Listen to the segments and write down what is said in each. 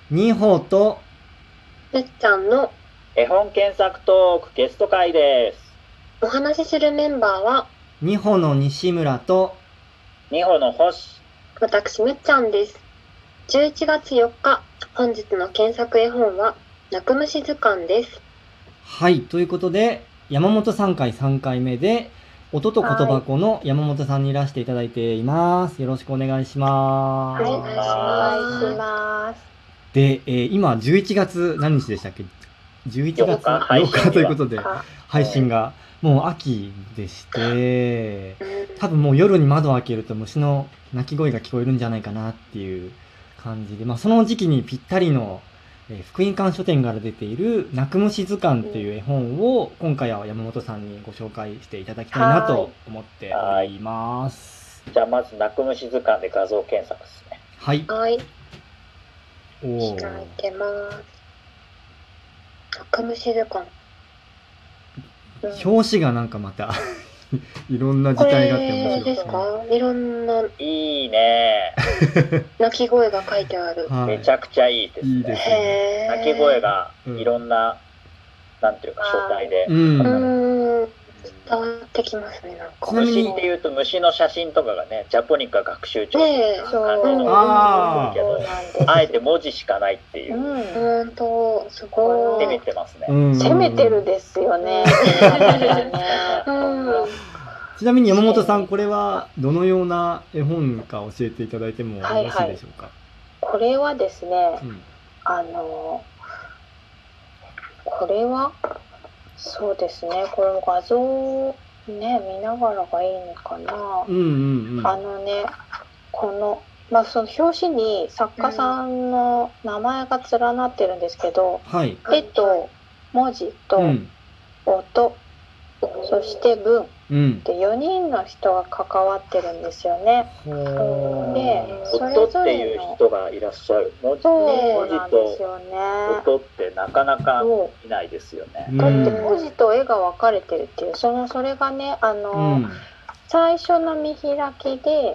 二歩とむっちゃんの絵本検索トークゲスト会です。 お話しするメンバーは二歩の西村と二歩の星。 私むっちゃんです。11月4日、本日の検索絵本は泣く虫図鑑です。 はい、ということで山本さん回3回目で音と言葉子の山本さんにいらしていただいています。よろしくお願いします。 はい、お願いします。 で、今11月何日でしたっけ？11月 8 8日ということでか配信がもう秋でして、多分もう夜に窓を開けると虫の鳴き声が聞こえるんじゃないかなっていう感じで、その時期にぴったりの、福音館書店から出ている泣く虫図鑑っていう絵本を今回は山本さんにご紹介していただきたいなと思っております。 じゃあまず泣く虫図鑑で画像検索ですね。 はい。 はい。 おー。 開いてます。泣く虫図鑑。 表紙がなんかまたいろんな時代があって面白いですか？いろんないいね。 鳴き声が書いてある。 はいめちゃくちゃいいですね。 いいですね。 鳴き声がいろんな、なんていうか書体で。 伝わってきますね、なんか。 虫っていうと虫の写真とかがね、ジャポニカ学習帳ねえ、 感じのあけど、あえて文字しかないっていう。 ほんと、すごい。 攻めてますね。 攻めてるですよね。 ちなみに山本さん、これはどのような絵本か教えていただいてもよろしいでしょうか？ これはですね、これはそうですね、この画像ね見ながらがいいのかな。このその表紙に作家さんの名前が連なってるんですけど、絵と文字と音、そして文で4人の人が関わってるんですよね。で、それぞっていうれの人がいらっしゃる。文字と音ってなかなかいないですよね。 だって文字と絵が分かれてるっていう、それがね、最初の見開きで、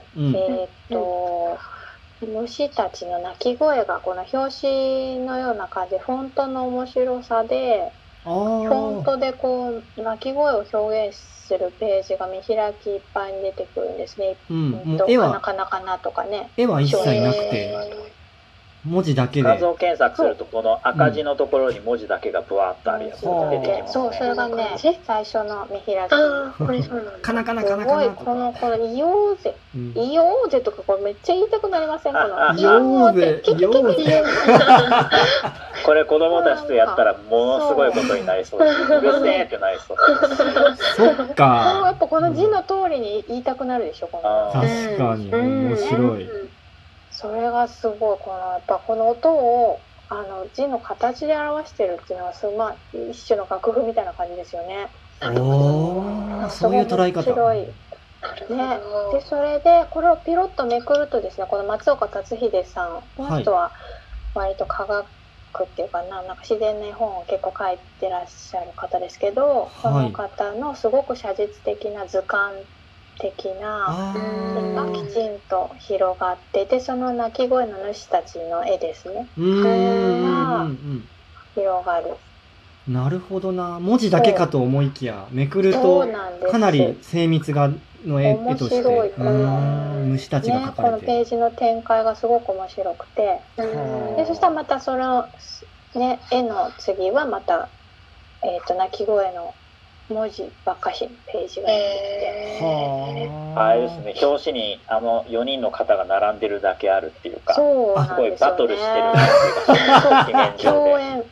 虫たちの鳴き声がこの表紙のような感じで、フォントの面白さで、フォントでこう鳴き声を表現するページが見開きいっぱいに出てくるんですね。 絵はなかなかなとかね。 絵は一切なくて文字だけで。 画像検索するとこの赤字のところに文字だけがブワーッとあるやつが出てきますね。 そう、それがね、最初の見開き。 これそうなんだ。 カナカナカナすごい、 カナとか。 このイオーゼ、イオーゼとかこれめっちゃ言いたくなりません？このイオーゼ、イオーゼ。 これ子供たちとやったらものすごいことになりそうです。うるせえってなりそう。 そっか。 やっぱこの字の通りに言いたくなるでしょ、この。 確かに面白い。 それがすごい、やっぱこの音を字の形で表してるっていうのは一種の楽譜みたいな感じですよね。 そういう捉え方。 面白い。ね、でそれでこれをピロッとめくるとですね、この松岡達秀さん、この人は割と科学っていうかなんか自然な絵本を結構書いてらっしゃる方ですけど、この方のすごく写実的な図鑑的な絵がきちんと広がってて、その鳴き声の主たちの絵ですねが広がる。 なるほどな。文字だけかと思いきやめくるとかなり精密の絵として虫たちが描かれてる、 このページの展開がすごく面白くて、でそしたらまたその、ね、絵の次はまた、鳴き声の文字ばっかしページが出てきて、 あれですね、表紙に4人の方が並んでるだけあるっていうか、 そうなんですよね、 すごいバトルしてる感じが共演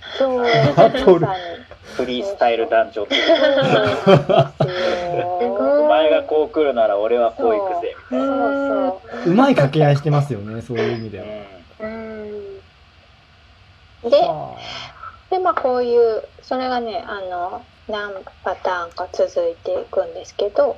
フリースタイル男女ってお前がこう来るなら俺はこう行くぜみたいな。 うまい掛け合いしてますよね、そういう意味では。 でこういうそれがね何パターンか続いていくんですけど、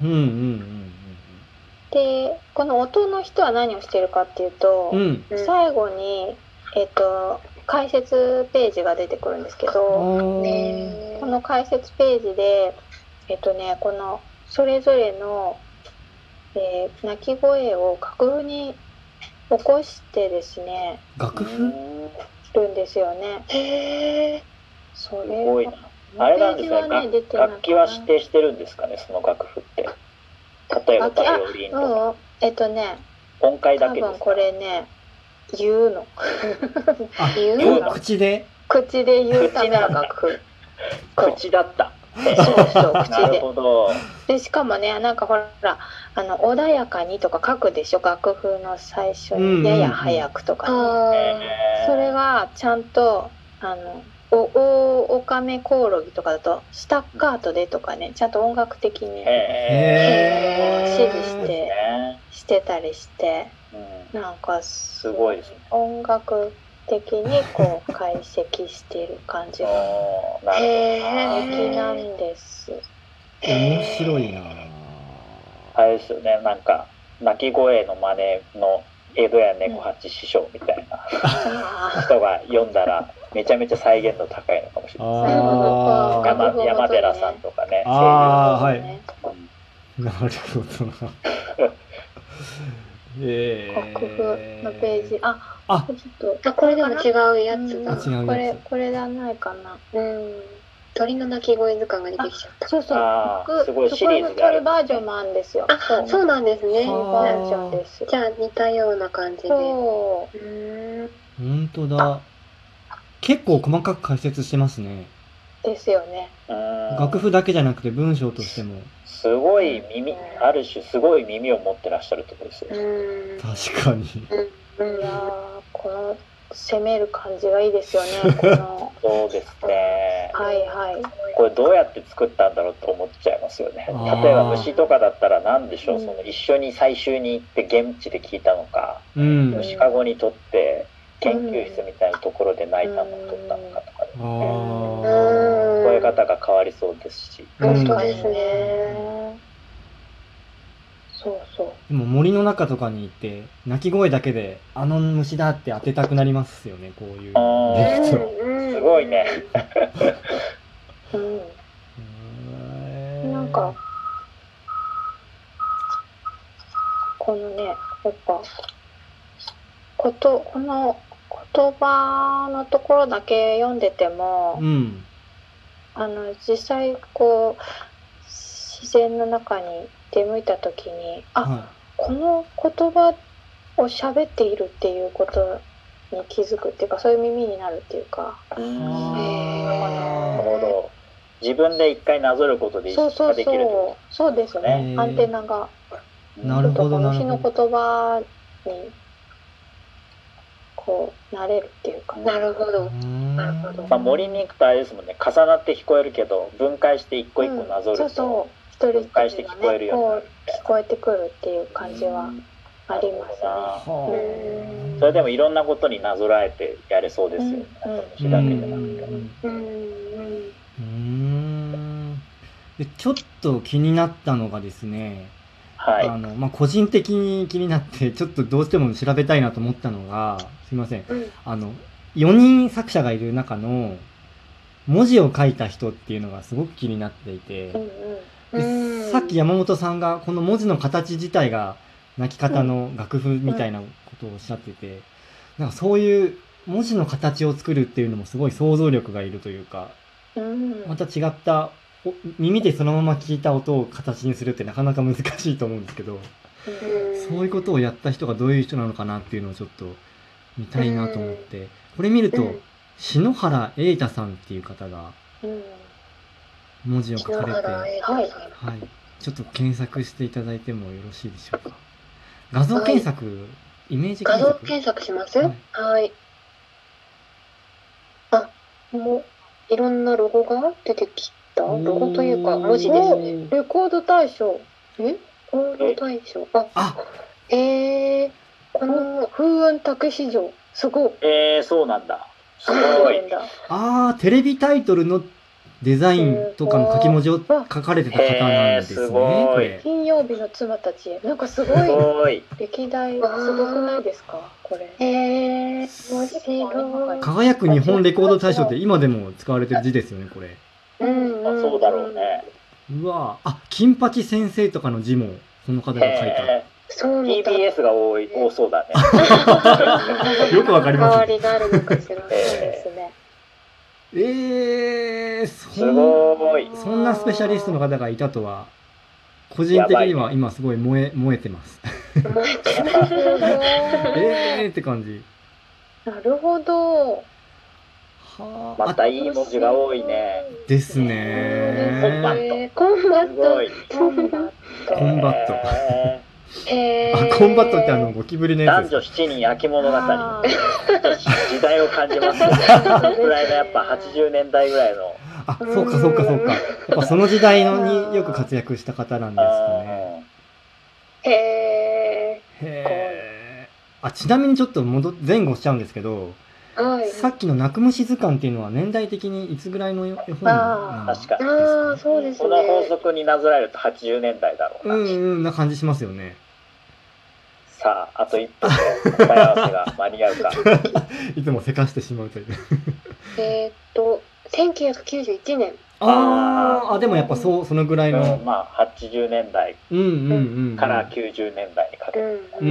でこの音の人は何をしてるかっていうと、最後に解説ページが出てくるんですけど、この解説ページでこのそれぞれの、鳴き声を楽譜に起こしてですね、 楽譜るんですよね。 へえ。 すそれごいな。あれなんですね、 出てなかった楽器は指定してるんですかね、その楽譜って。例えばバイオリンとか。 多音階だけですか。 分これね、言うの。 あ、 言うの口で口で言うための楽譜。 口だった。 そうそう、口なるで。 ほど。 で、しかもね、なんかほら、穏やかにとか書くでしょ、楽譜の最初に、やや早くとかね。それがちゃんと、オカメコオロギとかだと、スタッカートでとかね、ちゃんと音楽的に指示してたりして、なんかすごいですね。 音楽的にこう解析している感じが素敵なんです。 面白いな。 あれですよね、なんか鳴き声の真似の江戸家猫八師匠みたいな人が読んだらめちゃめちゃ再現度高いのかもしれないですね。山寺さんとかね。 ああ、はい。なるほどな。 楽譜のページ、ちょっとこれでも違うやつだ。 これじゃないかな。 鳥の鳴き声図鑑が出てきちゃった。 そうそう。 すごいシリーズがある。 バージョンもあるんですよ。 そうなんですね。 バージョンです。 じゃあ似たような感じで。 本当だ。結構細かく解説してますね。 ですよね。 楽譜だけじゃなくて文章としても。 すごいある種すごい耳を持ってらっしゃるところですよ。 確かに。 いやこの攻める感じがいいですよね。 そうですね。 はいはい。 これどうやって作ったんだろうと思っちゃいますよね。例えば虫とかだったら何でしょう、その一緒に採集に行って現地で聞いたのか、虫かごにとって研究室みたいなところで泣いたのを撮ったのかとか、声方が変わりそうですし。 本当ですね。 そうそう。 でも森の中とかに行って鳴き声だけであの虫だって当てたくなりますよね、こういう。 すごいね。 なんかこのね、やっぱこの言葉のところだけ読んでても、実際こう自然の中に出向いた時に、この言葉を喋っているっていうことに気づくっていうか、そういう耳になるっていうか。 なるほど。自分で一回なぞることで意識ができる。 そうですね。アンテナが。 なるほどなるほど。 虫の言葉にこう慣れるっていうか。 なるほど。 まあ森に行くとあれですもんね。重なって聞こえるけど分解して一個一個なぞると。 分解して聞こえるようになる。聞こえてくるっていう感じはありますね。 それでもいろんなことになぞらえてやれそうですよね。虫だけじゃなくて。 でちょっと気になったのがですね、個人的に気になってちょっとどうしても調べたいなと思ったのが、すいません、4人作者がいる中の文字を書いた人っていうのがすごく気になっていて、でさっき山本さんがこの文字の形自体が泣き方の楽譜みたいなことをおっしゃってて、なんかそういう文字の形を作るっていうのもすごい想像力がいるというか、また違った耳でそのまま聞いた音を形にするってなかなか難しいと思うんですけど、そういうことをやった人がどういう人なのかなっていうのをちょっと見たいなと思って、これ見ると篠原瑛太さんっていう方が文字を書かれて、ちょっと検索していただいてもよろしいでしょうか。画像検索、イメージ検索。 画像検索します？はい。もういろんなロゴが出てきた。ロゴというか文字ですね。 レコード大賞。 レコード大賞。 この風雲竹市場。すごい。 そうなんだ。すごい。 テレビタイトルのデザインとかの書き文字を書かれてた方なんですね。これ。 金曜日の妻たちへ。なんかすごい。歴代すごくないですか、これ。 面白い。 輝く日本レコード大賞って今でも使われてる字ですよね、これ。 そうだろうね。 うわ金八先生とかの字もこの方が書いた。 そうみたい。 TBS が多そうだね。 よくわかります変わりがあるのかしら。 そうですね。 すごい。 そんなスペシャリストの方がいたとは、個人的には今すごい燃えてます。 燃えてない。 って感じ。 なるほど。 はまたいい文字が多いね。 ですね。 コンバッコンバット。 すごい。 コンバット。 コンバット。 へー。 コンバットってゴキブリのやつ男です女7人焼き物語。 あ時代を感じますね。そのぐらいのやっぱ80年代ぐらいの。 か。そうか。やっぱその時代のによく活躍した方なんですかね。 へへー。ちなみにちょっと前後しちゃうんですけど、 ー。はい。 さっきの泣く虫図鑑っていうのは年代的にいつぐらいの絵本なんですか？ 確かに。 ああ、そうですこの法ね。 則になぞらえると80年代だろうな。 な感じしますよね。 さあ、あと1分で答え合わせが間に合うか。 いつもせかしてしまうという。 1991年。 でもやっぱそのぐらいの。 まあ80年代から90年代にかけて。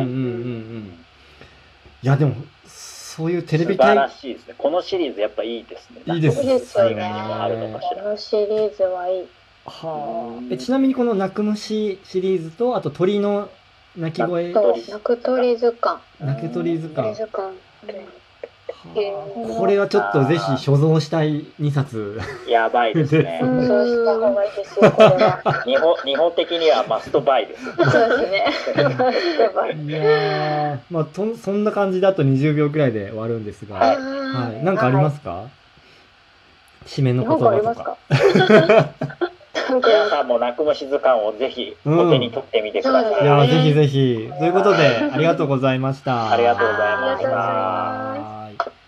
いやでもそういうテレビ素晴らしいですね。このシリーズやっぱいいですね。 いいですね。 最後にもあるのかしら。 このシリーズはいい。 ちなみにこの泣く虫シリーズとあと鳥の鳴き声、 泣く鳥図鑑。 泣く鳥図鑑。 うんこれはちょっとぜひ所蔵したい2冊。 やばいですね。 そうした方がいいですよ、これは。 日本的にはマストバイです。 そうですね。 いやー、そんな感じだと20秒くらいで終わるんですが、 はいはい、なんかありますか？締めの言なんかあり葉とますか？ か。 皆さんも泣く虫図鑑をぜひお手に取ってみてください。 いやー、ぜひぜひ。ということで、ありがとうございました。 ありがとうございましありがとうございた。 ます。